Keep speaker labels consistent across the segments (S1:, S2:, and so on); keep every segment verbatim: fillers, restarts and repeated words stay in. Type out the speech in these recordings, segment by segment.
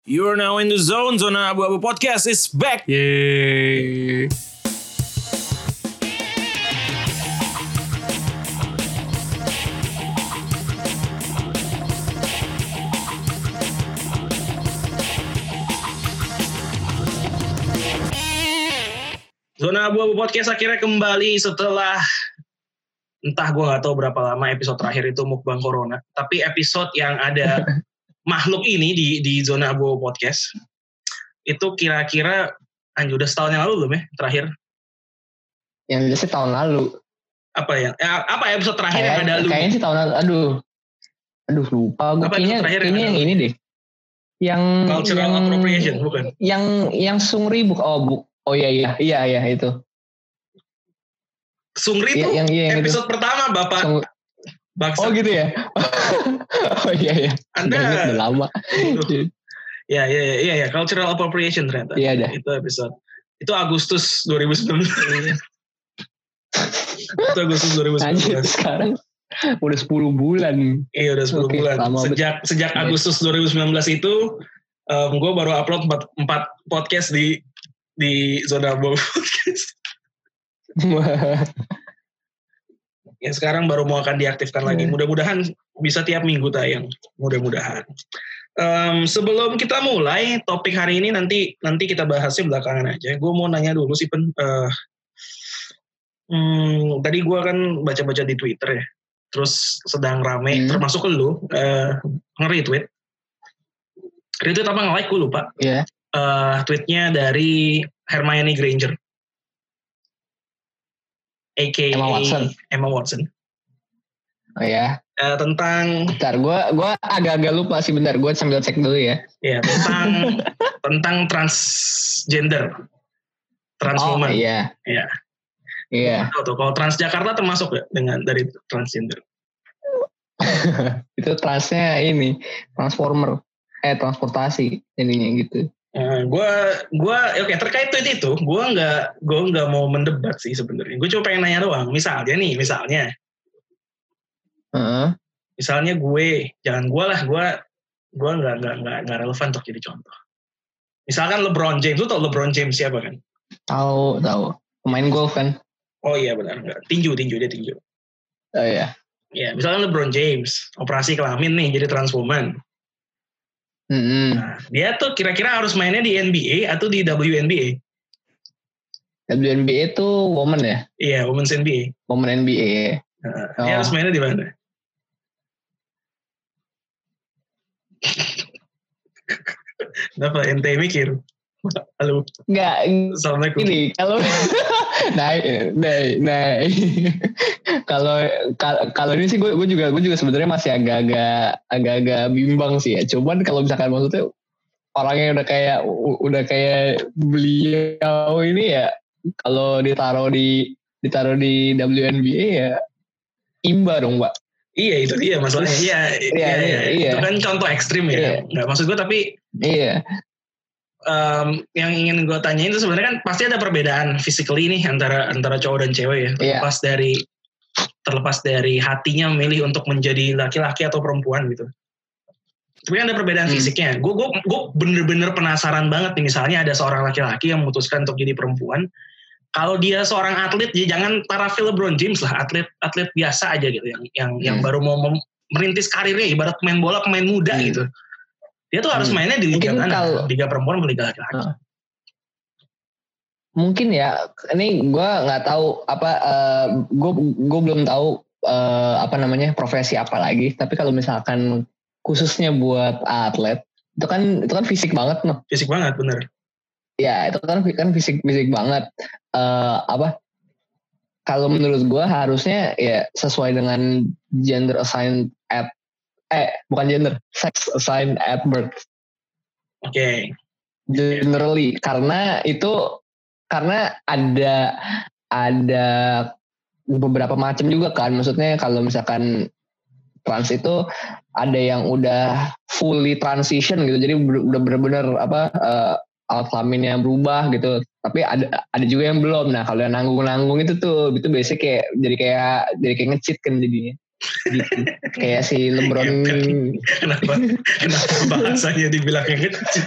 S1: You are now in the zone. Zona Abu-Abu Podcast is back.
S2: Yeay.
S1: Zona Abu-Abu Podcast akhirnya kembali setelah entah gue gak tahu berapa lama episode terakhir itu mukbang corona. Tapi episode yang ada makhluk ini di di Zona Abu-Abu Podcast itu kira-kira anjir udah setahun yang lalu belum ya terakhir?
S2: Yang jelas sih tahun lalu.
S1: Apa ya? Eh, apa episode terakhir
S2: Kayak,
S1: yang ada lu?
S2: Kayaknya sih tahun lalu. Aduh. Aduh lupa. Gue kayaknya ini yang ini deh. Yang
S1: Cultural
S2: yang,
S1: appropriation bukan?
S2: Yang yang Sungri buk oh buk. Oh iya iya iya iya itu.
S1: Sungri
S2: iya,
S1: tuh
S2: yang, iya, yang
S1: episode
S2: itu.
S1: pertama Bapak.
S2: Sung...
S1: Baksa.
S2: Oh gitu ya. Oh iya iya.
S1: Anda
S2: udah lama.
S1: Ya ya ya ya ya cultural appropriation ternyata.
S2: Iya dah.
S1: Itu episode. Itu Agustus dua ribu sembilan belas. Itu Agustus dua ribu sembilan belas.
S2: Anjir, sekarang udah sepuluh bulan.
S1: Iya udah sepuluh
S2: Oke,
S1: bulan.
S2: lama
S1: Sejak
S2: betul.
S1: sejak Agustus dua ribu sembilan belas itu um, gue baru upload empat podcast di di Zona Abu Podcast. Ya sekarang baru mau akan diaktifkan lagi. Mudah-mudahan bisa tiap minggu tayang. Mudah-mudahan. Um, sebelum kita mulai topik hari ini nanti nanti kita bahasnya belakangan aja. Gue mau nanya dulu sih Pen. Uh, hmm, tadi gue kan baca-baca di Twitter ya. Terus sedang rame, hmm. termasuk lu uh, nge-retweet. Retweet apa nge-like gue lupa.
S2: Iya. Yeah.
S1: Uh, tweetnya dari Hermione Granger. A K A
S2: Emma Watson.
S1: Emma Watson.
S2: Oh ya.
S1: Uh, tentang.
S2: Bentar, gue gue agak-agak lupa sih. Bentar, gue sambil cek dulu ya.
S1: Ya tentang tentang transgender, trans
S2: oh,
S1: woman.
S2: Iya.
S1: Iya.
S2: Iya.
S1: Tuh, kalau Transjakarta termasuk ya dengan dari transgender.
S2: Itu transnya ini transformer, eh transportasi jadinya gitu.
S1: Uh, gue gue oke okay, terkait tweet itu gue nggak gue nggak mau mendebat sih sebenarnya. Gue cuma pengen nanya doang. Misalnya nih, misalnya.
S2: Uh-huh.
S1: Misalnya gue, jangan gue lah, gue gue nggak nggak nggak nggak relevan untuk jadi contoh. Misalkan LeBron James, lu tau LeBron James siapa kan?
S2: Tahu tahu, pemain golf kan?
S1: Oh iya benar, nggak tinju tinju dia tinju.
S2: Oh iya.
S1: Ya misalkan LeBron James operasi kelamin nih jadi trans woman.
S2: Mm-hmm.
S1: Nah, dia tuh kira-kira harus mainnya di N B A atau di W N B A?
S2: W N B A itu woman ya?
S1: Iya, Women's N B A.
S2: Women N B A.
S1: Nah,
S2: oh.
S1: Dia harus mainnya di mana? Kenapa ente mikir? Halo.
S2: Enggak.
S1: Assalamualaikum.
S2: Ini kalau naik naik naik. Kalau kalau ini sih gue gue juga gue juga sebenarnya masih agak-agak agak-agak bimbang sih ya. Cuman kalau misalkan maksudnya orangnya udah kayak udah kayak beliau ini ya, kalau ditaruh di ditaruh di W N B A ya imba dong, Mbak.
S1: Iya itu dia masalahnya. Iya, iya, iya, iya. Itu kan contoh ekstrim ya. Iya. Nggak maksud gue tapi.
S2: Iya.
S1: Um, yang ingin gue tanyain itu sebenarnya kan pasti ada perbedaan physically nih antara antara cowok dan cewek ya. Terlepas yeah. dari terlepas dari hatinya memilih untuk menjadi laki-laki atau perempuan gitu. Tapi kan ada perbedaan hmm. fisiknya. Gue gue gue bener-bener penasaran banget nih, misalnya ada seorang laki-laki yang memutuskan untuk jadi perempuan. Kalau dia seorang atlet, ya jangan tarafil LeBron James lah, atlet atlet biasa aja gitu yang yang hmm. yang baru mau merintis karirnya, ibarat pemain bola, pemain muda hmm. gitu. Dia tuh harus mainnya di liga mana? Kalau, liga perempuan atau liga laki-laki? Uh,
S2: mungkin ya, ini gue nggak tahu apa, uh, gue gue belum tahu uh, apa namanya profesi apa lagi. Tapi kalau misalkan khususnya buat atlet, itu kan itu kan fisik banget loh.
S1: Fisik banget, bener.
S2: Ya itu kan kan fisik fisik banget. Uh, apa? Kalau menurut gue harusnya ya sesuai dengan gender assigned at Eh, bukan gender, sex assigned at birth.
S1: Oke. Okay.
S2: Generally, karena itu karena ada ada beberapa macam juga kan. Maksudnya kalau misalkan trans itu ada yang udah fully transition gitu, jadi udah benar-benar apa uh, alat kelaminnya berubah gitu. Tapi ada ada juga yang belum. Nah kalau yang nanggung-nanggung itu tuh itu biasanya kayak jadi kayak jadi kayak nge-cheat kan jadinya. gitu. Kayak si LeBron.
S1: Kenapa? Kenapa bahasanya dibilang yang kecil?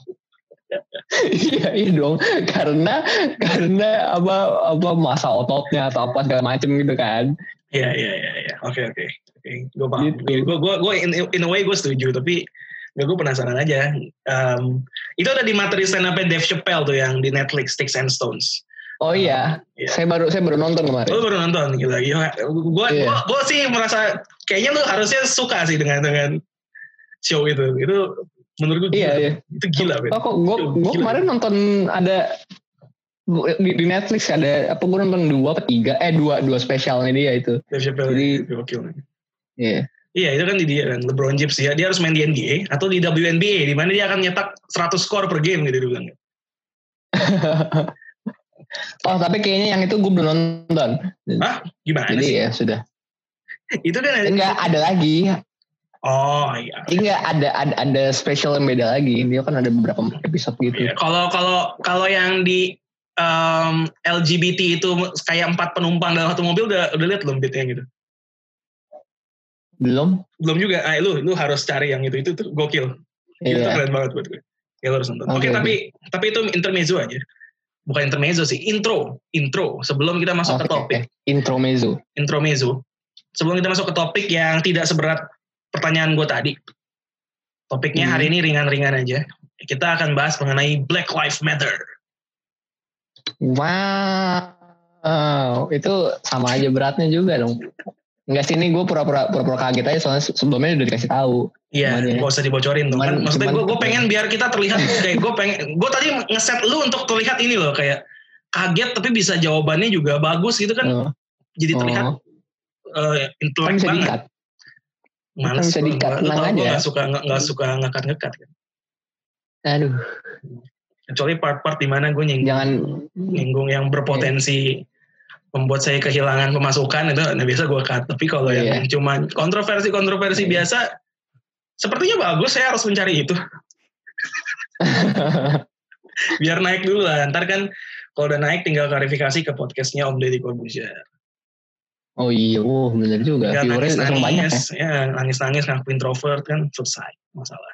S2: Iya iya dong, karena karena apa apa masa ototnya atau apa segala macem gitu kan.
S1: Iya iya iya iya. Oke oke oke. Gue paham.
S2: Gitu.
S1: Gue gue gue in, in a way gue setuju, tapi gue penasaran aja. Um, itu ada di materi stand up Dave Chappelle tuh yang di Netflix Sticks and Stones.
S2: Oh iya, um, iya. saya baru saya baru nonton kemarin.
S1: Oh baru nonton, gila. Gue gue
S2: iya.
S1: gue sih merasa kayaknya lu harusnya suka sih dengan dengan show itu. Itu menurut gue gila.
S2: Iya, iya.
S1: Itu gila.
S2: Oh, kok gue gue kemarin nonton ada di, di Netflix ada apa gue nonton dua atau tiga eh dua dua spesialnya dia itu.
S1: Dave Chappelle. Jadi gokil. Iya. Iya itu kan di dia kan LeBron James ya, dia harus main di N B A atau di W N B A di mana dia akan nyetak seratus skor per game gitu dia bilang.
S2: Oh tapi kayaknya yang itu gue belum nonton.
S1: Hah? Gimana
S2: Jadi
S1: sih?
S2: ya sudah.
S1: Itu kan ada.
S2: Enggak ada lagi.
S1: Oh iya.
S2: Enggak ada ada ada spesial yang beda lagi. Dia kan ada beberapa episode gitu.
S1: Iya. Kalau kalau kalau yang di um, L G B T itu kayak empat penumpang dalam satu mobil udah udah lihat belum bitnya gitu?
S2: Belum?
S1: Belum juga. Ah, lu lu harus cari yang itu itu tuh gokil. Itu
S2: yeah.
S1: keren banget buat gue. Ya lu harus nonton. Oke okay, okay. tapi tapi itu intermezzo aja. Bukan intermezzo sih, intro, intro. Sebelum kita masuk okay, ke topik.
S2: Okay. Intromezzo.
S1: Intromezzo. Sebelum kita masuk ke topik yang tidak seberat pertanyaan gue tadi. Topiknya hmm. hari ini ringan-ringan aja. Kita akan bahas mengenai Black Lives Matter.
S2: Wow, itu sama aja beratnya juga dong. Enggak sih, ini gue pura-pura pura-pura kaget aja soalnya sebelumnya udah dikasih tahu.
S1: Iya, gak usah dibocorin tuh. Cuman, maksudnya gue gue pengen biar kita terlihat kayak gue pengen gue tadi ngeset lu untuk terlihat ini loh kayak kaget tapi bisa jawabannya juga bagus gitu kan. Oh. Jadi terlihat oh. uh, intelek
S2: kan
S1: banget.
S2: Mana kan bisa dikat, tenang aja.
S1: Gue gak suka gak suka ngekat-ngekat kan.
S2: Aduh.
S1: Kecuali part-part di mana gue nyinggung,
S2: Jangan,
S1: nyinggung yang berpotensi yeah. membuat saya kehilangan pemasukan itu nah biasa gue cut. Tapi kalau oh, yang yeah. cuma kontroversi-kontroversi yeah. biasa, sepertinya bagus. Saya harus mencari itu. Biar naik dulu lah. Ntar kan kalau udah naik tinggal klarifikasi ke podcastnya Om Deddy Corbuzier.
S2: Oh iya, oh benar juga.
S1: Nangis nangis, banyak ya. ya nangis nangis ngaku introvert kan selesai masalah.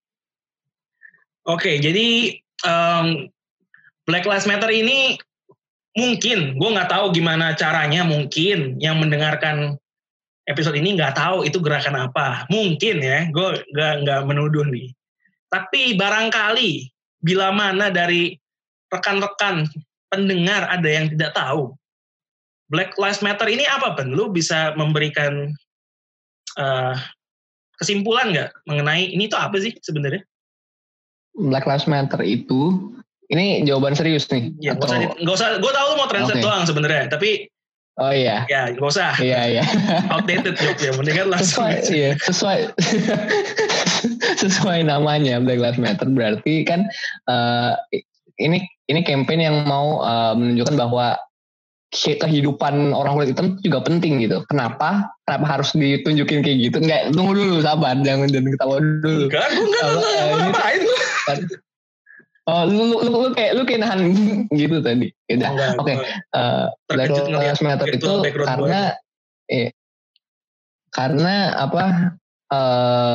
S1: Oke, jadi um, Black Lives Matter ini mungkin, gue nggak tahu gimana caranya, mungkin yang mendengarkan episode ini nggak tahu itu gerakan apa, mungkin ya, gue nggak nggak menuduh nih. Tapi barangkali bila mana dari rekan-rekan pendengar ada yang tidak tahu Black Lives Matter ini apa, Ben? Lu bisa memberikan uh, kesimpulan nggak mengenai ini tuh apa sih sebenarnya?
S2: Black Lives Matter itu, ini jawaban serius nih.
S1: Ya, atau... nggak usah, nggak usah. Gue tahu lu mau translate okay. doang sebenarnya, tapi.
S2: Oh iya.
S1: Ya, nggak usah.
S2: Iya iya.
S1: Outdated joke ya, mendingan langsung.
S2: Sesuai, iya, sesuai, sesuai namanya Black Lives Matter berarti kan uh, ini ini campaign yang mau uh, menunjukkan bahwa kehidupan orang kulit hitam juga penting gitu. Kenapa? Kenapa harus ditunjukin kayak gitu? Enggak, tunggu dulu, sabar, jangan jangan ketawa dulu.
S1: Enggak, gue enggak, enggak, uh, ngapain lu?
S2: Oh, lu, lu, lu, lu kayak lu kayak nahan gitu tadi. Oke, okay. uh, Black Lives Matter itu karena eh, karena apa? Uh,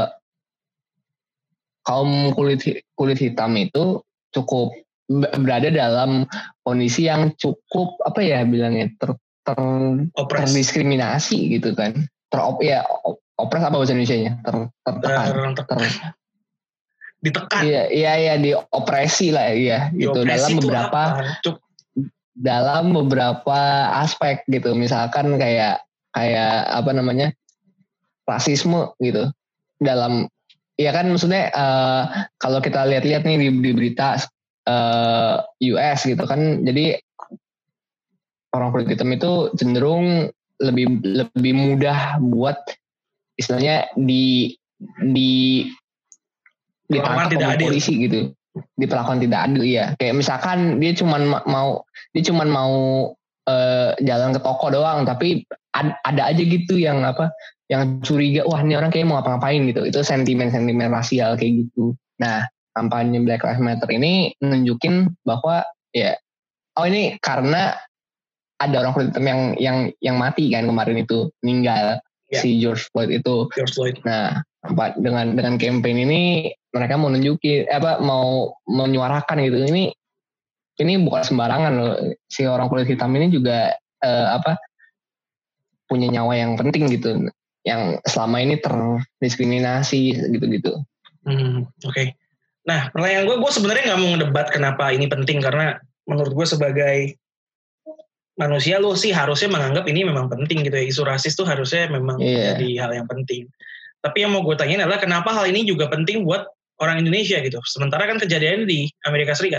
S2: kaum kulit kulit hitam itu cukup berada dalam kondisi yang cukup apa ya bilangnya ter, ter terdiskriminasi gitu kan, terop ya opres apa bahasa Indonesianya ter tertekan ter, ter,
S1: ditekan
S2: iya iya iya diopresi lah ya gitu dalam beberapa dalam beberapa aspek gitu, misalkan kayak kayak apa namanya rasisme gitu dalam ya kan maksudnya uh, kalau kita lihat-lihat nih di, di berita Uh, U S gitu kan, jadi orang kulit hitam itu cenderung lebih lebih mudah buat istilahnya di di ditangkap oleh polisi gitu, diperlakukan tidak adil ya. Kayak misalkan dia cuman mau dia cuman mau uh, jalan ke toko doang, tapi ad, ada aja gitu yang apa yang curiga, wah ini orang kayak mau ngapa-ngapain gitu. Itu sentimen-sentimen rasial kayak gitu. Nah, kampanye Black Lives Matter ini nunjukin bahwa ya oh ini karena ada orang kulit hitam yang yang yang mati kan kemarin itu meninggal yeah. si George Floyd itu.
S1: George Floyd.
S2: Nah, dengan dengan campaign ini mereka mau nunjukin apa mau menyuarakan gitu. Ini ini bukan sembarangan loh. Si orang kulit hitam ini juga uh, apa punya nyawa yang penting gitu. Yang selama ini terdiskriminasi gitu-gitu.
S1: Hmm, oke. Okay. Nah, pertanyaan gue, gue sebenarnya nggak mau ngedebat kenapa ini penting karena menurut gue sebagai manusia lo sih harusnya menganggap ini memang penting gitu ya. Isu rasis tuh harusnya memang yeah. jadi hal yang penting. Tapi yang mau gue tanyain adalah kenapa hal ini juga penting buat orang Indonesia gitu. Sementara kan kejadiannya di Amerika Serikat.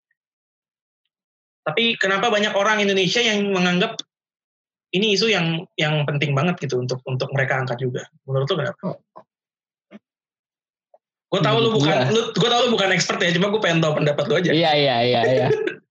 S1: Tapi kenapa banyak orang Indonesia yang menganggap ini isu yang yang penting banget gitu untuk untuk mereka angkat juga. Menurut lo kenapa? Gue tahu lu bukan, lu, gue tahu lu bukan expert ya, cuma gue pengen tahu pendapat lu aja.
S2: Iya iya iya. iya.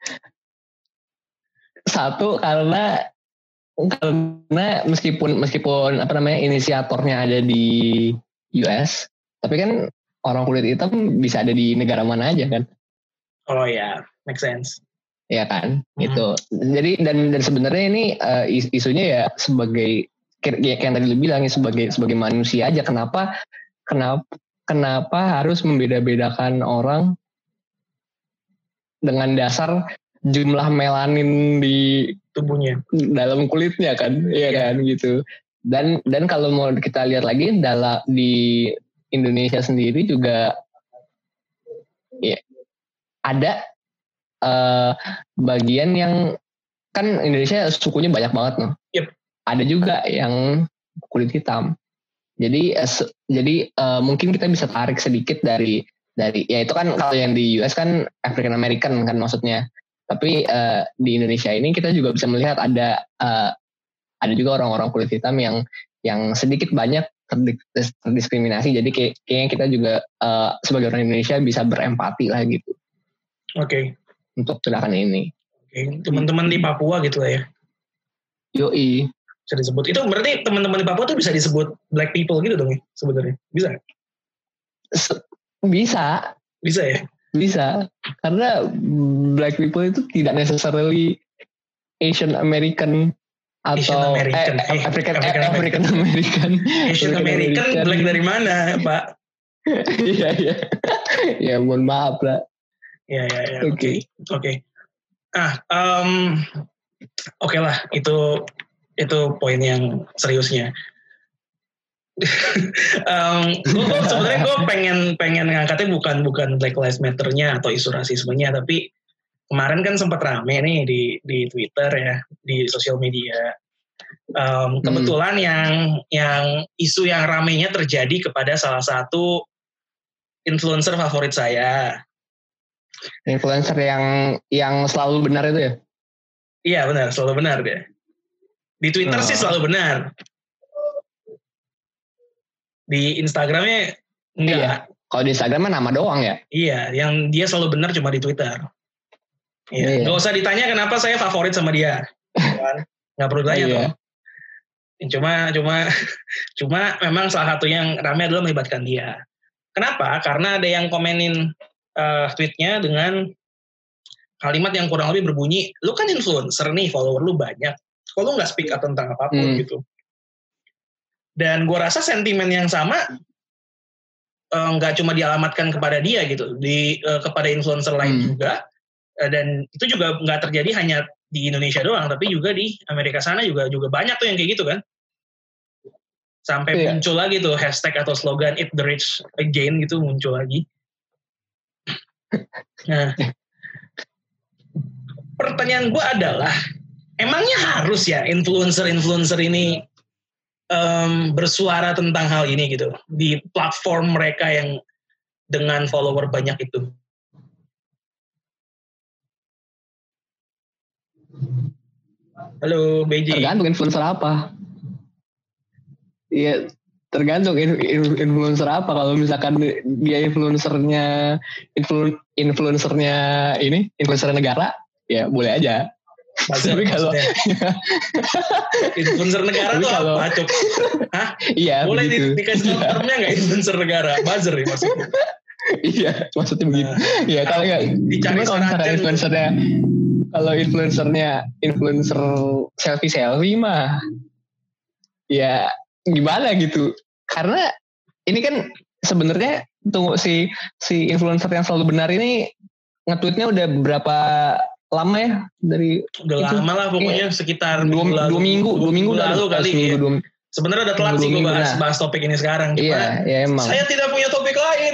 S2: Satu karena karena meskipun meskipun apa namanya inisiatornya ada di U S, tapi kan orang kulit hitam bisa ada di negara mana aja kan?
S1: Oh ya, make sense.
S2: Iya kan, hmm. itu. Jadi dan dan sebenarnya ini uh, isunya ya sebagai kayak yang tadi lu bilang ya sebagai sebagai manusia aja. Kenapa kenapa kenapa harus membeda-bedakan orang dengan dasar jumlah melanin di
S1: tubuhnya,
S2: dalam kulitnya kan, iya yeah. kan gitu. Dan dan kalau mau kita lihat lagi dalam di Indonesia sendiri juga, ya ada uh, bagian yang kan Indonesia sukunya banyak banget loh.
S1: Yep.
S2: Ada juga yang kulit hitam. Jadi uh, jadi uh, mungkin kita bisa tarik sedikit dari dari ya itu kan kalau yang di U S kan African American kan maksudnya. Tapi uh, di Indonesia ini kita juga bisa melihat ada uh, ada juga orang-orang kulit hitam yang yang sedikit banyak terdiskriminasi. Jadi kayak, kayaknya kita juga uh, sebagai orang Indonesia bisa berempati lah gitu.
S1: Oke. Okay.
S2: Untuk tindakan ini.
S1: Oke. Okay. Teman-teman di Papua gitu lah ya.
S2: Yoi.
S1: Bisa disebut. Itu berarti teman-teman di Papua tuh bisa disebut black people gitu dong ya sebenarnya. Bisa?
S2: Bisa.
S1: Bisa ya?
S2: Bisa, karena black people itu tidak necessarily Asian American atau
S1: Asian American.
S2: Eh, eh, African, African, eh, African American.
S1: Asian American, American black dari mana, Pak?
S2: Iya iya. Ya mohon maaf lah.
S1: Iya iya iya. Oke oke. Ah, um, oke okay lah itu itu poin yang seriusnya. um, gue sebenarnya gue pengen pengen ngangkatnya bukan bukan Black Lives Matter-nya atau isu rasismenya, tapi kemarin kan sempat rame nih di di Twitter ya, di sosial media. Um, kebetulan hmm. yang yang isu yang ramenya terjadi kepada salah satu influencer favorit saya.
S2: Influencer yang yang selalu benar itu ya?
S1: Iya benar, selalu benar dia. Di Twitter oh. sih selalu benar. Di Instagramnya enggak. Iya.
S2: Kalau di Instagram nama doang ya?
S1: Iya, yang dia selalu benar cuma di Twitter. Iya. Iya. Gak usah ditanya kenapa saya favorit sama dia. Gak perlu tanya iya. Tuh. Cuma, cuma, cuma memang salah satu yang ramai adalah melibatkan dia. Kenapa? Karena ada yang komenin uh, tweetnya dengan kalimat yang kurang lebih berbunyi, lu kan influencer nih, follower lu banyak. Kok lu gak speak up tentang apapun hmm. gitu. Dan gue rasa sentimen yang sama nggak uh, cuma dialamatkan kepada dia gitu, di uh, kepada influencer lain hmm. juga, uh, dan itu juga nggak terjadi hanya di Indonesia doang, tapi juga di Amerika sana juga juga banyak tuh yang kayak gitu kan, sampai yeah. muncul lagi tuh hashtag atau slogan "Eat the Rich Again" gitu muncul lagi. Nah, pertanyaan gue adalah, emangnya harus ya influencer-influencer ini Um, bersuara tentang hal ini gitu di platform mereka yang dengan follower banyak itu? Halo, B J.
S2: Tergantung influencer apa. Iya, tergantung influencer apa. Kalau misalkan dia influencernya influ, influencernya ini influencer negara, ya boleh aja.
S1: Tapi kalau influencer negara tuh kalau, apa, Cuk? Hah?
S2: Iya.
S1: Boleh di, dikasih iya. termnya nggak influencer negara? Buzzer ya maksudnya?
S2: Iya, maksudnya begitu. Iya, kalau nggak. Cuma kalau misalnya influencernya, kalau influencernya influencer selfie selfie mah, ya gimana gitu. Karena ini kan sebenarnya tunggu si si influencer yang selalu benar ini nge-tweetnya udah berapa lama ya dari
S1: udah
S2: itu,
S1: lama lah pokoknya sekitar
S2: dua minggu, dua minggu, dua minggu
S1: lalu kali ya. Dua, sebenarnya udah telat sih gue bahas, bahas topik ini sekarang. Cuma
S2: iya, ya emang.
S1: Saya tidak punya topik lain.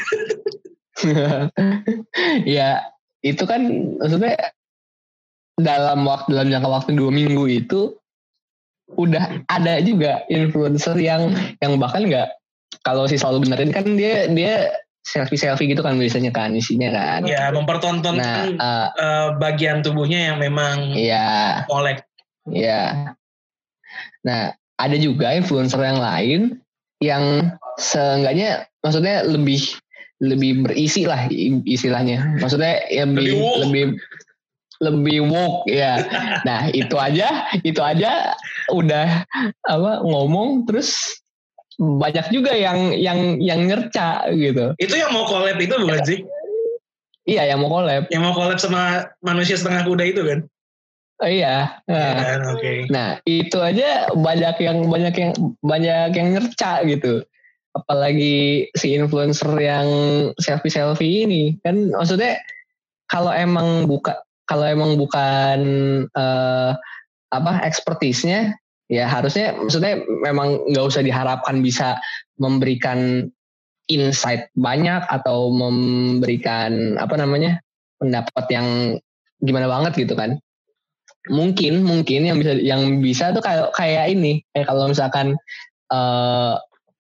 S2: Ya itu kan maksudnya dalam waktu dalam jangka waktu dua minggu itu udah ada juga influencer yang yang bahkan nggak, kalau si selalu benerin kan dia dia selfie selfie gitu kan biasanya kan isinya kan.
S1: Ya mempertontonkan nah, uh, uh, bagian tubuhnya yang memang
S2: ya,
S1: molek.
S2: Ya. Nah ada juga influencer yang lain yang seenggaknya maksudnya lebih lebih berisi lah istilahnya. Maksudnya ya lebih lebih lebih, lebih woke ya. Nah itu aja itu aja udah apa ngomong terus banyak juga yang yang yang nyerca gitu.
S1: Itu yang mau collab itu bukan sih?
S2: Iya yang mau collab.
S1: Yang mau collab sama manusia setengah kuda itu kan?
S2: Oh iya. Nah,
S1: yeah, okay.
S2: Nah itu aja banyak yang banyak yang banyak yang nyerca gitu. Apalagi si influencer yang selfie selfie ini kan, maksudnya kalau emang buka kalau emang bukan uh, apa ekspertisnya ya harusnya maksudnya memang nggak usah diharapkan bisa memberikan insight banyak atau memberikan apa namanya pendapat yang gimana banget gitu kan. Mungkin mungkin yang bisa yang bisa tuh kayak kayak ini kayak kalau misalkan uh,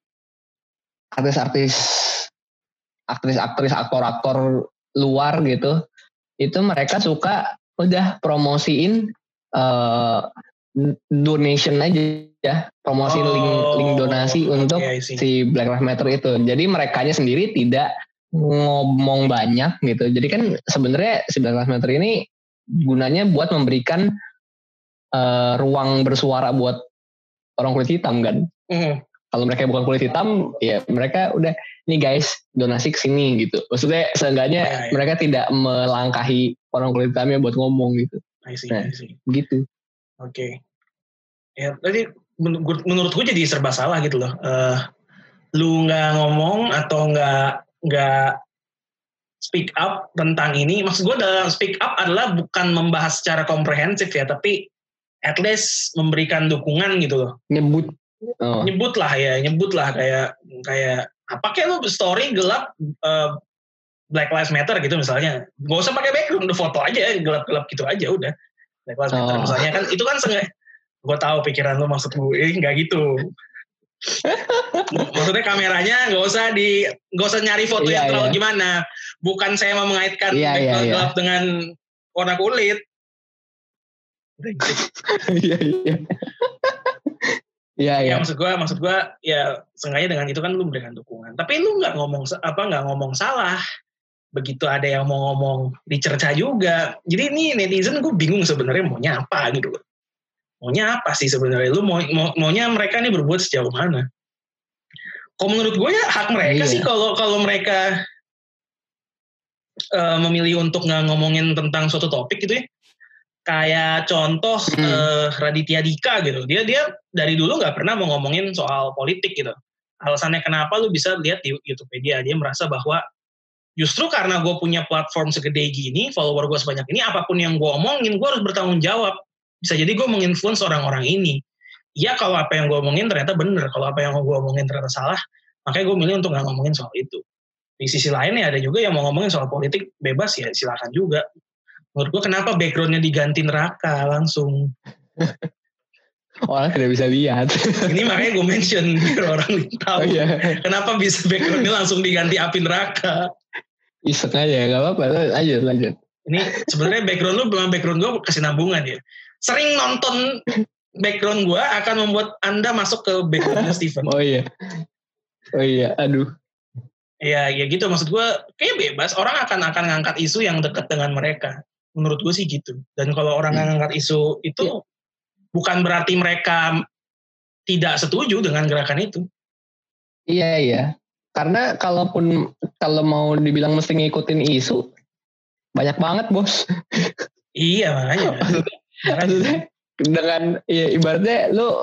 S2: artis-artis aktris-aktris aktor-aktor luar gitu itu mereka suka udah promosiin uh, donation aja ya, promosi oh, link link donasi okay, untuk si Black Lives Matter itu. Jadi merekanya sendiri tidak ngomong banyak gitu. Jadi kan sebenarnya si Black Lives Matter ini gunanya buat memberikan uh, ruang bersuara buat orang kulit hitam kan. Mm. Kalau mereka bukan kulit hitam, ya mereka udah nih guys donasi ke sini gitu. Maksudnya seenggaknya ya, ya. mereka tidak melangkahi orang kulit hitamnya buat ngomong gitu.
S1: I see,
S2: nah,
S1: I see.
S2: gitu.
S1: Oke. Okay. Ya, tadi menurut, menurut gue jadi serba salah gitu loh. Uh, lu nggak ngomong atau nggak nggak speak up tentang ini. Maksud gue dalam speak up adalah bukan membahas secara komprehensif ya, tapi at least memberikan dukungan gitu loh.
S2: Nyebut.
S1: Oh. Nyebut lah ya, nyebut lah kayak kayak apa kayak lu story gelap uh, Black Lives Matter gitu misalnya. Gak usah pakai background, udah foto aja gelap-gelap gitu aja udah. Black Lives Matter oh. misalnya kan itu kan sengaja. Gue tahu pikiran lu maksud gue eh, nggak gitu. Maksudnya kameranya nggak usah di nggak usah nyari foto yeah, yang terlalu yeah. gimana. Bukan saya mau mengaitkan yeah, background yeah, gelap yeah. dengan warna kulit.
S2: Iya iya. Iya
S1: ya maksud gue maksud gue ya sengaja dengan itu kan lu memberikan dukungan. Tapi lu nggak ngomong apa nggak ngomong salah. Begitu ada yang mau ngomong dicerca juga. Jadi ini netizen gue bingung sebenarnya maunya apa gitu. Maunya apa sih sebenarnya? Lu mau, mau maunya mereka nih berbuat sejauh mana? Kalau menurut gue ya hak mereka iya. sih kalau kalau mereka uh, memilih untuk nggak ngomongin tentang suatu topik gitu ya. Kayak contoh hmm. uh, Raditya Dika gitu. Dia dia dari dulu nggak pernah mau ngomongin soal politik gitu. Alasannya kenapa lu bisa lihat di YouTube dia. Dia merasa bahwa justru karena gue punya platform segede gini, follower gue sebanyak ini, apapun yang gue omongin, gue harus bertanggung jawab. Bisa jadi gue menginfluence orang-orang ini. Iya kalau apa yang gue omongin ternyata benar. Kalau apa yang gue omongin ternyata salah, makanya gue milih untuk gak ngomongin soal itu. Di sisi lain ya ada juga yang mau ngomongin soal politik bebas ya silakan juga. Menurut gue kenapa backgroundnya diganti neraka langsung.
S2: Orang tidak bisa lihat.
S1: Ini makanya gue mention biar orang tahu. Oh, iya. Kenapa bisa backgroundnya langsung diganti api neraka.
S2: Iseng aja gak apa-apa. Lanjut lanjut.
S1: Ini sebenarnya background lu belum background gue kesinambungan ya. Sering nonton background gue akan membuat Anda masuk ke backgroundnya Steven.
S2: Oh iya. Oh iya, aduh.
S1: Ya, ya gitu maksud gue kayak bebas. Orang akan akan ngangkat isu yang dekat dengan mereka. Menurut gue sih gitu. Dan kalau orang hmm. ngangkat isu itu ya. Bukan berarti mereka tidak setuju dengan gerakan itu.
S2: Iya iya. Karena kalaupun kalau mau dibilang mesti ngikutin isu banyak banget bos.
S1: Iya makanya.
S2: Maksudnya, maksudnya dengan ya, ibaratnya lu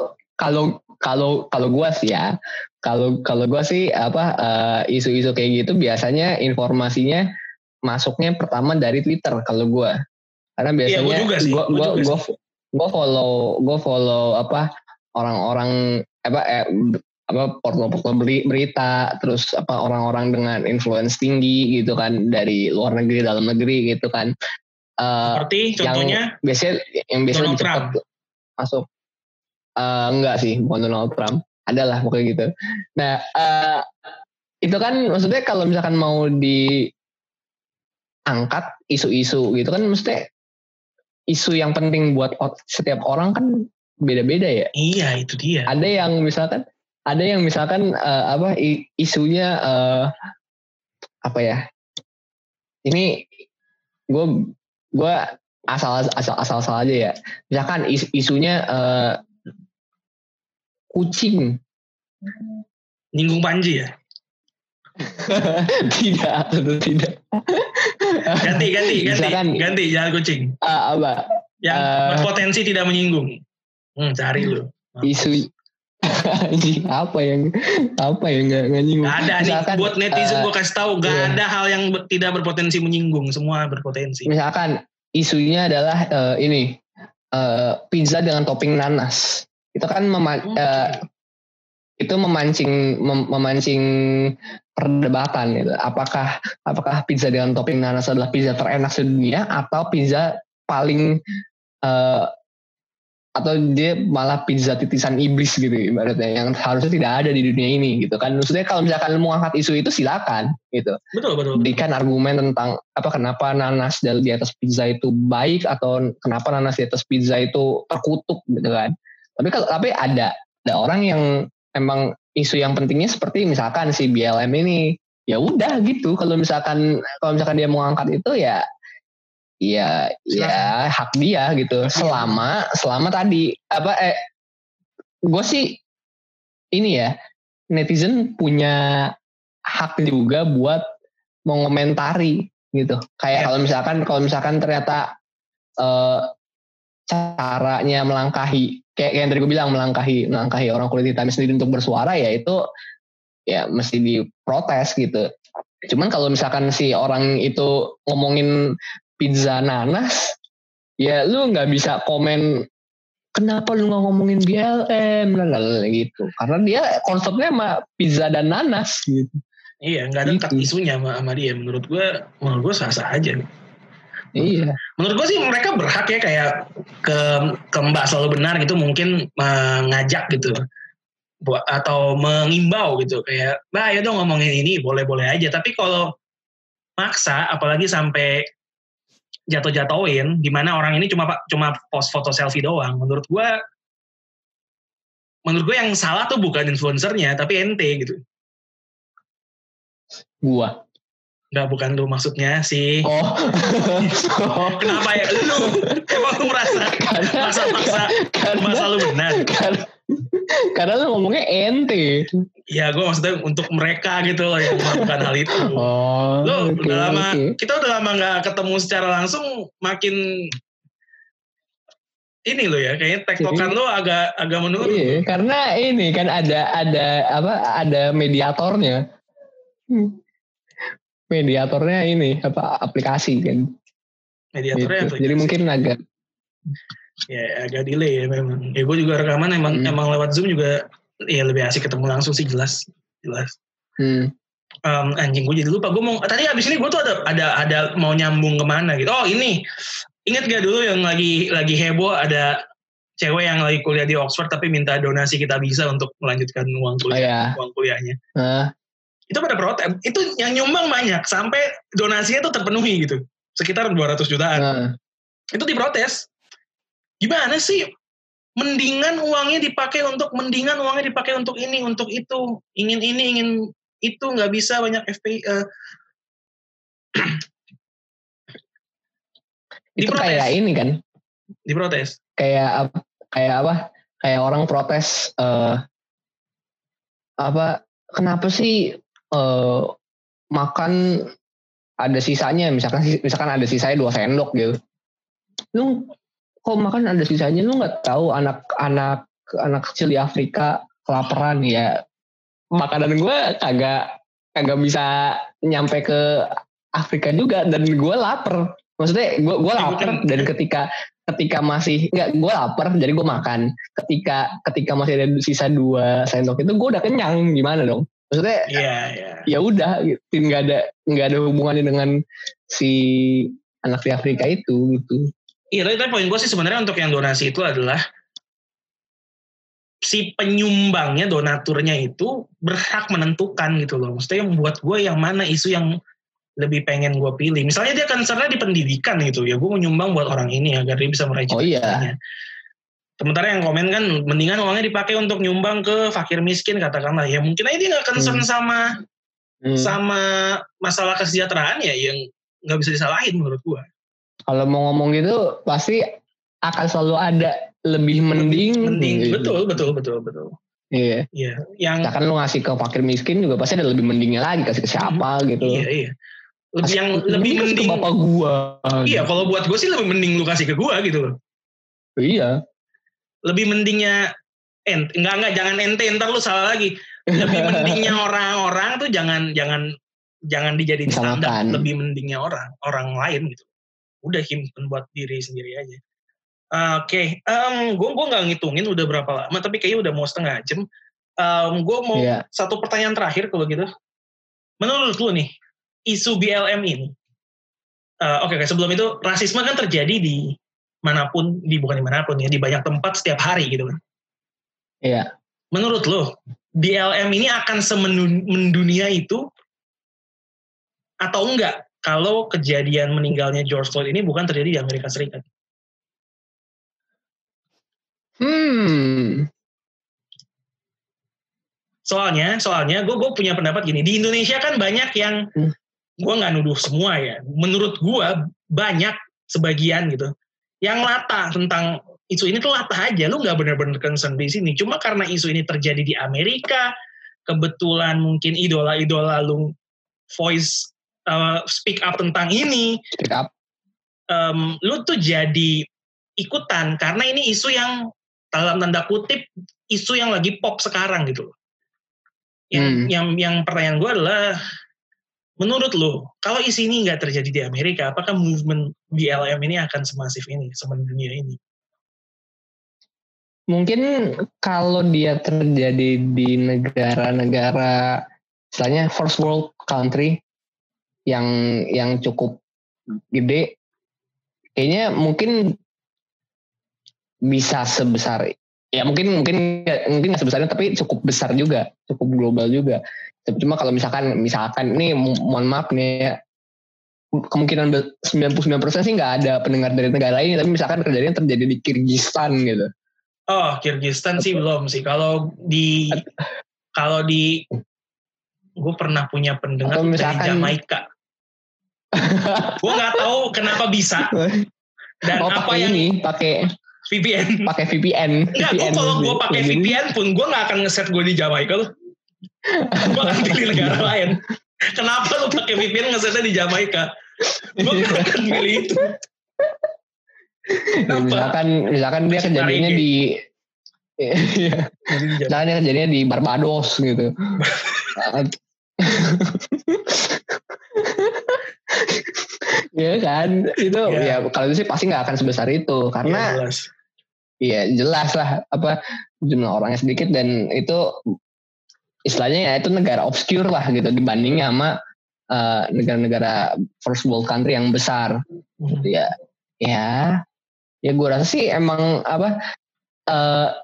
S2: kalau kalau kalau gue sih ya, kalau kalau gue sih apa uh, isu-isu kayak gitu biasanya informasinya masuknya pertama dari Twitter kalau gue, karena biasanya
S1: iya, gue
S2: gue gue gue follow gue follow apa orang-orang apa eh, apa portal-portal berita, terus apa orang-orang dengan influence tinggi gitu kan dari luar negeri dalam negeri gitu kan. Uh,
S1: Seperti contohnya
S2: yang biasanya yang biasanya
S1: Donald
S2: lebih cepat
S1: Trump
S2: masuk. Uh, enggak sih, bukan Donald Trump. Adalah pokoknya gitu. Nah, uh, itu kan maksudnya kalau misalkan mau diangkat isu-isu gitu kan, mesti isu yang penting buat setiap orang kan beda-beda ya.
S1: Iya, itu dia.
S2: Ada yang misalkan, ada yang misalkan uh, apa isunya uh, apa ya? Ini gue gue asal asal asal asal aja ya. Misalkan is, isunya uh, kucing.
S1: Nyinggung Panji ya?
S2: Tidak, tentu tidak.
S1: Ganti, ganti, ganti,
S2: Misalkan,
S1: ganti, jangan kucing.
S2: Uh, apa?
S1: Yang uh, berpotensi tidak menyinggung. Hmm, cari lu.
S2: Isu apa yang apa yang nggak nggak nyinggung?
S1: Gak ada misalkan, nih buat netizen uh, gue kasih tahu, gak iya. ada hal yang ber, tidak berpotensi menyinggung, semua berpotensi.
S2: Misalkan isunya adalah uh, ini uh, pizza dengan topping nanas. Itu kan mema- okay. uh, itu memancing mem- memancing perdebatan gitu. Apakah apakah pizza dengan topping nanas adalah pizza terenak sedunia atau pizza paling uh, atau dia malah pizza titisan iblis gitu ibaratnya yang harusnya tidak ada di dunia ini gitu kan. Maksudnya kalau misalkan mau angkat isu itu silakan gitu.
S1: Betul betul.
S2: Berikan argumen tentang apa kenapa nanas di atas pizza itu baik atau kenapa nanas di atas pizza itu terkutuk gitu kan. Tapi kalau tapi ada ada orang yang emang isu yang pentingnya seperti misalkan si B L M ini, ya udah gitu. Kalau misalkan kalau misalkan dia mau angkat itu ya ya ya hak dia gitu. Selama selama tadi apa eh gue sih ini ya, netizen punya hak juga buat mengomentari gitu. Kayak kalau misalkan kalau misalkan ternyata eh, caranya melangkahi kayak yang tadi gue bilang melangkahi melangkahi orang kulit hitam sendiri untuk bersuara, ya itu ya mesti diprotes gitu. Cuman kalau misalkan si orang itu ngomongin pizza nanas, ya lu nggak bisa komen kenapa lu nggak ngomongin B L M lalala gitu, karena dia konsepnya sama pizza dan nanas gitu.
S1: Iya, nggak ada gitu. Isunya sama, sama dia. Menurut gue, menurut gue sah-sah aja.
S2: Iya.
S1: Menurut gue sih mereka berhak ya kayak ke ke Mbak Selalu Benar gitu mungkin mengajak gitu buat atau mengimbau gitu kayak Mbak ayo dong ngomongin ini boleh-boleh aja. Tapi kalau maksa apalagi sampai jatuh-jatuhin di mana orang ini cuma cuma post foto selfie doang, menurut gue menurut gue yang salah tuh bukan influencernya tapi ente gitu.
S2: Gua
S1: Enggak, bukan lu maksudnya sih.
S2: Oh.
S1: Kenapa ya? Lu emang lu merasa maksa-maksa masa lu benar?
S2: Karena, karena lu ngomongnya ente.
S1: Ya gue maksudnya untuk mereka gitu loh yang melakukan hal itu.
S2: Oh.
S1: Lu
S2: okay,
S1: udah lama,
S2: okay.
S1: kita udah lama gak ketemu secara langsung, makin ini lo ya, kayaknya tektokan lo agak agak menurun.
S2: Iya, lo. Karena ini kan ada ada apa ada mediatornya. Hmm. Mediatornya ini apa aplikasi kan.
S1: Mediatornya
S2: gitu.
S1: aplikasi.
S2: Jadi mungkin agak
S1: ya agak delay ya memang. Ya gue juga rekaman emang hmm. emang lewat Zoom juga ya lebih asik ketemu langsung sih, jelas jelas.
S2: Hmm.
S1: Um, anjing gue jadi lupa. Gue mau tadi abis ini gue tuh ada ada ada mau nyambung kemana gitu. Oh ini ingat gak dulu yang lagi lagi heboh ada cewek yang lagi kuliah di Oxford tapi minta donasi kita bisa untuk melanjutkan uang kuliah oh, yeah. uang kuliahnya. Uh. Itu pada protes, itu yang nyumbang banyak sampai donasinya itu terpenuhi gitu, sekitar dua ratus jutaan. Nah. Itu diprotes. Gimana sih? Mendingan uangnya dipakai untuk mendingan uangnya dipakai untuk ini, untuk itu, ingin ini, ingin itu, nggak bisa banyak F P I. Uh,
S2: itu diprotes. Kayak ini kan?
S1: Diprotes.
S2: Kayak kayak apa? Kayak orang protes uh, apa? Kenapa sih? Uh, makan ada sisanya, misalkan misalkan ada sisanya dua sendok gitu, lu kok makan ada sisanya, lu nggak tahu anak-anak anak kecil di Afrika kelaparan ya, makanan gue kagak kagak bisa nyampe ke Afrika juga, dan gue lapar. Maksudnya gue gue lapar, dan ketika ketika masih nggak gue lapar jadi gue makan. Ketika ketika masih ada sisa dua sendok itu gue udah kenyang, gimana dong? Maksudnya
S1: yeah, yeah.
S2: ya udah gitu, nggak ada nggak ada hubungannya dengan si anak di Afrika itu gitu.
S1: Iya, tapi poin gue sih sebenarnya untuk yang donasi itu adalah si penyumbangnya, donaturnya itu berhak menentukan gitu loh. Maksudnya yang buat gue yang mana isu yang lebih pengen gue pilih. Misalnya dia concernnya di pendidikan gitu, ya gue mau nyumbang buat orang ini agar dia bisa meraih cita-citanya. Oh, iya. Sementara yang komen kan mendingan uangnya dipakai untuk nyumbang ke fakir miskin katakanlah. Ya mungkin aja dia nggak concern hmm. sama hmm. sama masalah kesejahteraan ya, yang nggak bisa disalahin menurut gue.
S2: Kalau mau ngomong gitu pasti akan selalu ada lebih mending.
S1: Mending, gitu. betul betul betul betul.
S2: Iya.
S1: Iya. Yang
S2: kan lu ngasih ke fakir miskin juga pasti ada lebih mendingnya lagi, kasih ke siapa hmm. gitu.
S1: Iya iya. Lebih yang lebih mending
S2: ke bapak gua.
S1: Iya, kalau buat gua sih lebih mending lu kasih ke gua gitu loh.
S2: Iya.
S1: Lebih mendingnya ent enggak enggak jangan ente, ntar lu salah lagi. Lebih mendingnya orang-orang tuh jangan jangan jangan dijadiin standar. Lebih mendingnya orang orang lain gitu. Udah himpen buat diri sendiri aja. Uh, Oke, okay. um, gue gue nggak ngitungin udah berapa lama, tapi kayaknya udah mau setengah jam. Um, gue mau yeah. satu pertanyaan terakhir kalau gitu. Menurut lu nih, isu B L M ini, uh, oke okay, sebelum itu rasisme kan terjadi di manapun, di bukan di manapun ya, di banyak tempat setiap hari gitu kan.
S2: Iya. Yeah.
S1: Menurut lu, B L M ini akan semendunia itu atau enggak kalau kejadian meninggalnya George Floyd ini bukan terjadi di Amerika Serikat?
S2: Hmm.
S1: Soalnya, soalnya gue gue punya pendapat gini. Di Indonesia kan banyak yang, gue nggak nuduh semua ya. Menurut gue banyak sebagian gitu yang lata tentang isu ini tuh lata aja. Lu nggak benar-benar concern di sini. Cuma karena isu ini terjadi di Amerika, kebetulan mungkin idola-idola lu voice uh, speak up tentang ini.
S2: Speak up.
S1: Um, lu tuh jadi ikutan karena ini isu yang dalam tanda kutip isu yang lagi pop sekarang gitu loh. Yang, hmm. yang yang pertanyaan gue adalah, menurut lo kalau isu ini nggak terjadi di Amerika, apakah movement B L M ini akan semasif ini, semendunia ini?
S2: Mungkin kalau dia terjadi di negara-negara, misalnya first world country yang yang cukup gede, kayaknya mungkin bisa sebesar, ya mungkin mungkin mungkin nggak sebesarnya tapi cukup besar juga, cukup global juga. Cuma kalau misalkan misalkan ini mohon maaf nih ya, kemungkinan sembilan puluh sembilan persen sih nggak ada pendengar dari negara lain, tapi misalkan kejadian terjadi di Kyrgyzstan gitu.
S1: Oh, Kyrgyzstan sih belum sih. Kalau di kalau di gue pernah punya pendengar misalkan, dari Jamaika. Gue nggak tahu kenapa bisa. Dan
S2: oh,
S1: apa yang
S2: ini pakai
S1: V P N.
S2: Pakai V P N.
S1: Enggak, gue kalau gue pakai V P N pun gue nggak akan ngeset gue di Jamaika loh. Gue akan pilih negara lain. Kenapa lo pakai V P N ngesetnya di Jamaika? Gue gak akan pilih itu.
S2: Ya, misalkan misalkan dia kejadiannya di ya, misalkan dia kejadiannya di Barbados gitu. Ya kan, itu ya, ya kalau itu sih pasti nggak akan sebesar itu karena ya, jelas. Ya jelas lah apa jumlah orangnya sedikit dan itu istilahnya ya itu negara obscure lah gitu dibandingnya sama uh, negara-negara first world country yang besar. Hmm. Ya ya ya gue rasa sih emang apa uh,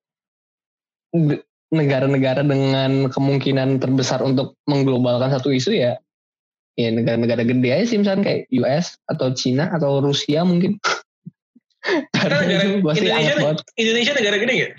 S2: negara-negara dengan kemungkinan terbesar untuk mengglobalkan satu isu ya ya negara-negara gede aja sih, misalnya kayak U S atau Cina atau Rusia mungkin.
S1: Negara, Indonesia, Indonesia negara gede nggak?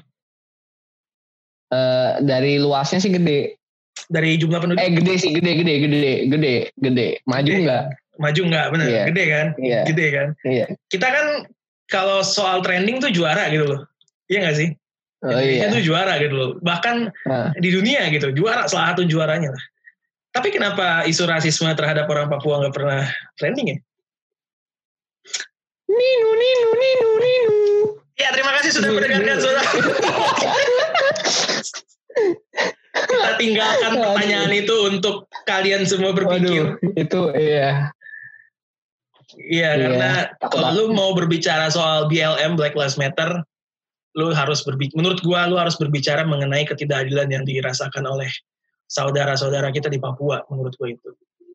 S2: Uh, dari luasnya sih gede.
S1: Dari jumlah penduduk?
S2: Eh gede sih, gede, gede, gede, gede, gede. Maju gede. Nggak?
S1: Maju nggak, benar. Yeah. Gede kan?
S2: Yeah.
S1: Gede kan?
S2: Yeah.
S1: Kita kan kalau soal trending tuh juara gitu loh. Iya nggak sih?
S2: Oh,
S1: Indonesia
S2: iya.
S1: tuh juara gitu loh. Bahkan nah. di dunia gitu, juara, salah satu juaranya lah. Tapi kenapa isu rasisme terhadap orang Papua nggak pernah trending ya?
S2: Ninu, ninu, ninu, ninu.
S1: Ya Ya terima kasih sudah mendengarkan saudara. Kita tinggalkan pertanyaan itu untuk kalian semua berpikir.
S2: Waduh, itu iya.
S1: Iya, karena kalau lu mau berbicara soal B L M Black Lives Matter, lu harus berbicara, menurut gua lu harus berbicara mengenai ketidakadilan yang dirasakan oleh saudara-saudara kita di Papua, menurut gua itu.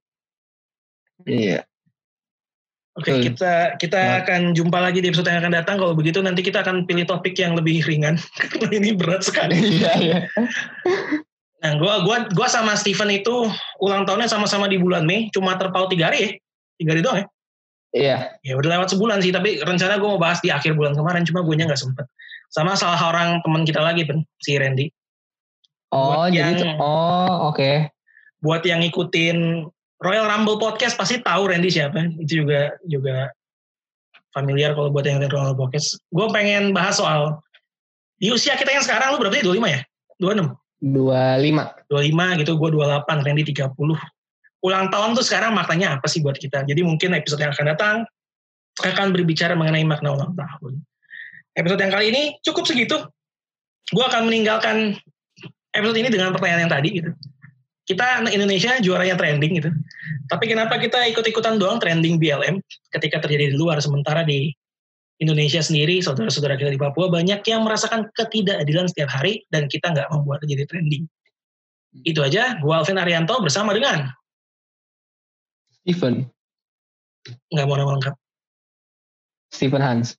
S2: Iya.
S1: Oke, okay, kita kita nah. akan jumpa lagi di episode yang akan datang. Kalau begitu nanti kita akan pilih topik yang lebih ringan karena ini berat sekali.
S2: Iya, iya.
S1: Nah, gua gua gua sama Steven itu ulang tahunnya sama-sama di bulan Mei, cuma terpaut tiga hari ya. Tiga hari doang ya.
S2: Iya.
S1: Ya udah lewat sebulan sih, tapi rencana gue mau bahas di akhir bulan kemarin, cuma gue nya nggak sempet. Sama salah orang teman kita lagi, Ben, si Randy.
S2: Oh, buat jadi yang, oh oke. Okay.
S1: Buat yang ngikutin Royal Rumble Podcast pasti tahu Randy siapa. Itu juga juga familiar kalau buat yang ngikutin Royal Rumble Podcast. Gue pengen bahas soal di usia kita yang sekarang, lu berapa ya? dua puluh lima ya? dua puluh enam?
S2: dua puluh lima.
S1: dua puluh lima gitu, gue dua puluh delapan, Randy tiga puluh. Ulang tahun tuh sekarang maknanya apa sih buat kita? Jadi mungkin episode yang akan datang akan berbicara mengenai makna ulang tahun. Episode yang kali ini cukup segitu. Gue akan meninggalkan episode ini dengan pertanyaan yang tadi gitu. Kita Indonesia juaranya trending gitu. Tapi kenapa kita ikut-ikutan doang trending B L M ketika terjadi di luar, sementara di Indonesia sendiri, saudara-saudara kita di Papua banyak yang merasakan ketidakadilan setiap hari dan kita nggak membuat jadi trending. Itu aja. Gue Alvin Arianto bersama dengan
S2: Steven.
S1: Nggak mau nama lengkap.
S2: Steven Hans.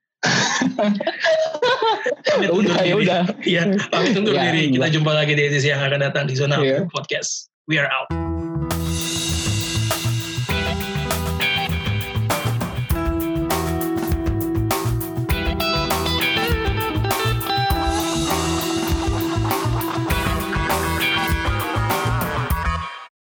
S1: Udah ya udah. Iya, pamit undur
S2: ya,
S1: diri. Kita jumpa lagi di edisi yang akan datang di Zona
S2: yeah.
S1: Podcast. We are out.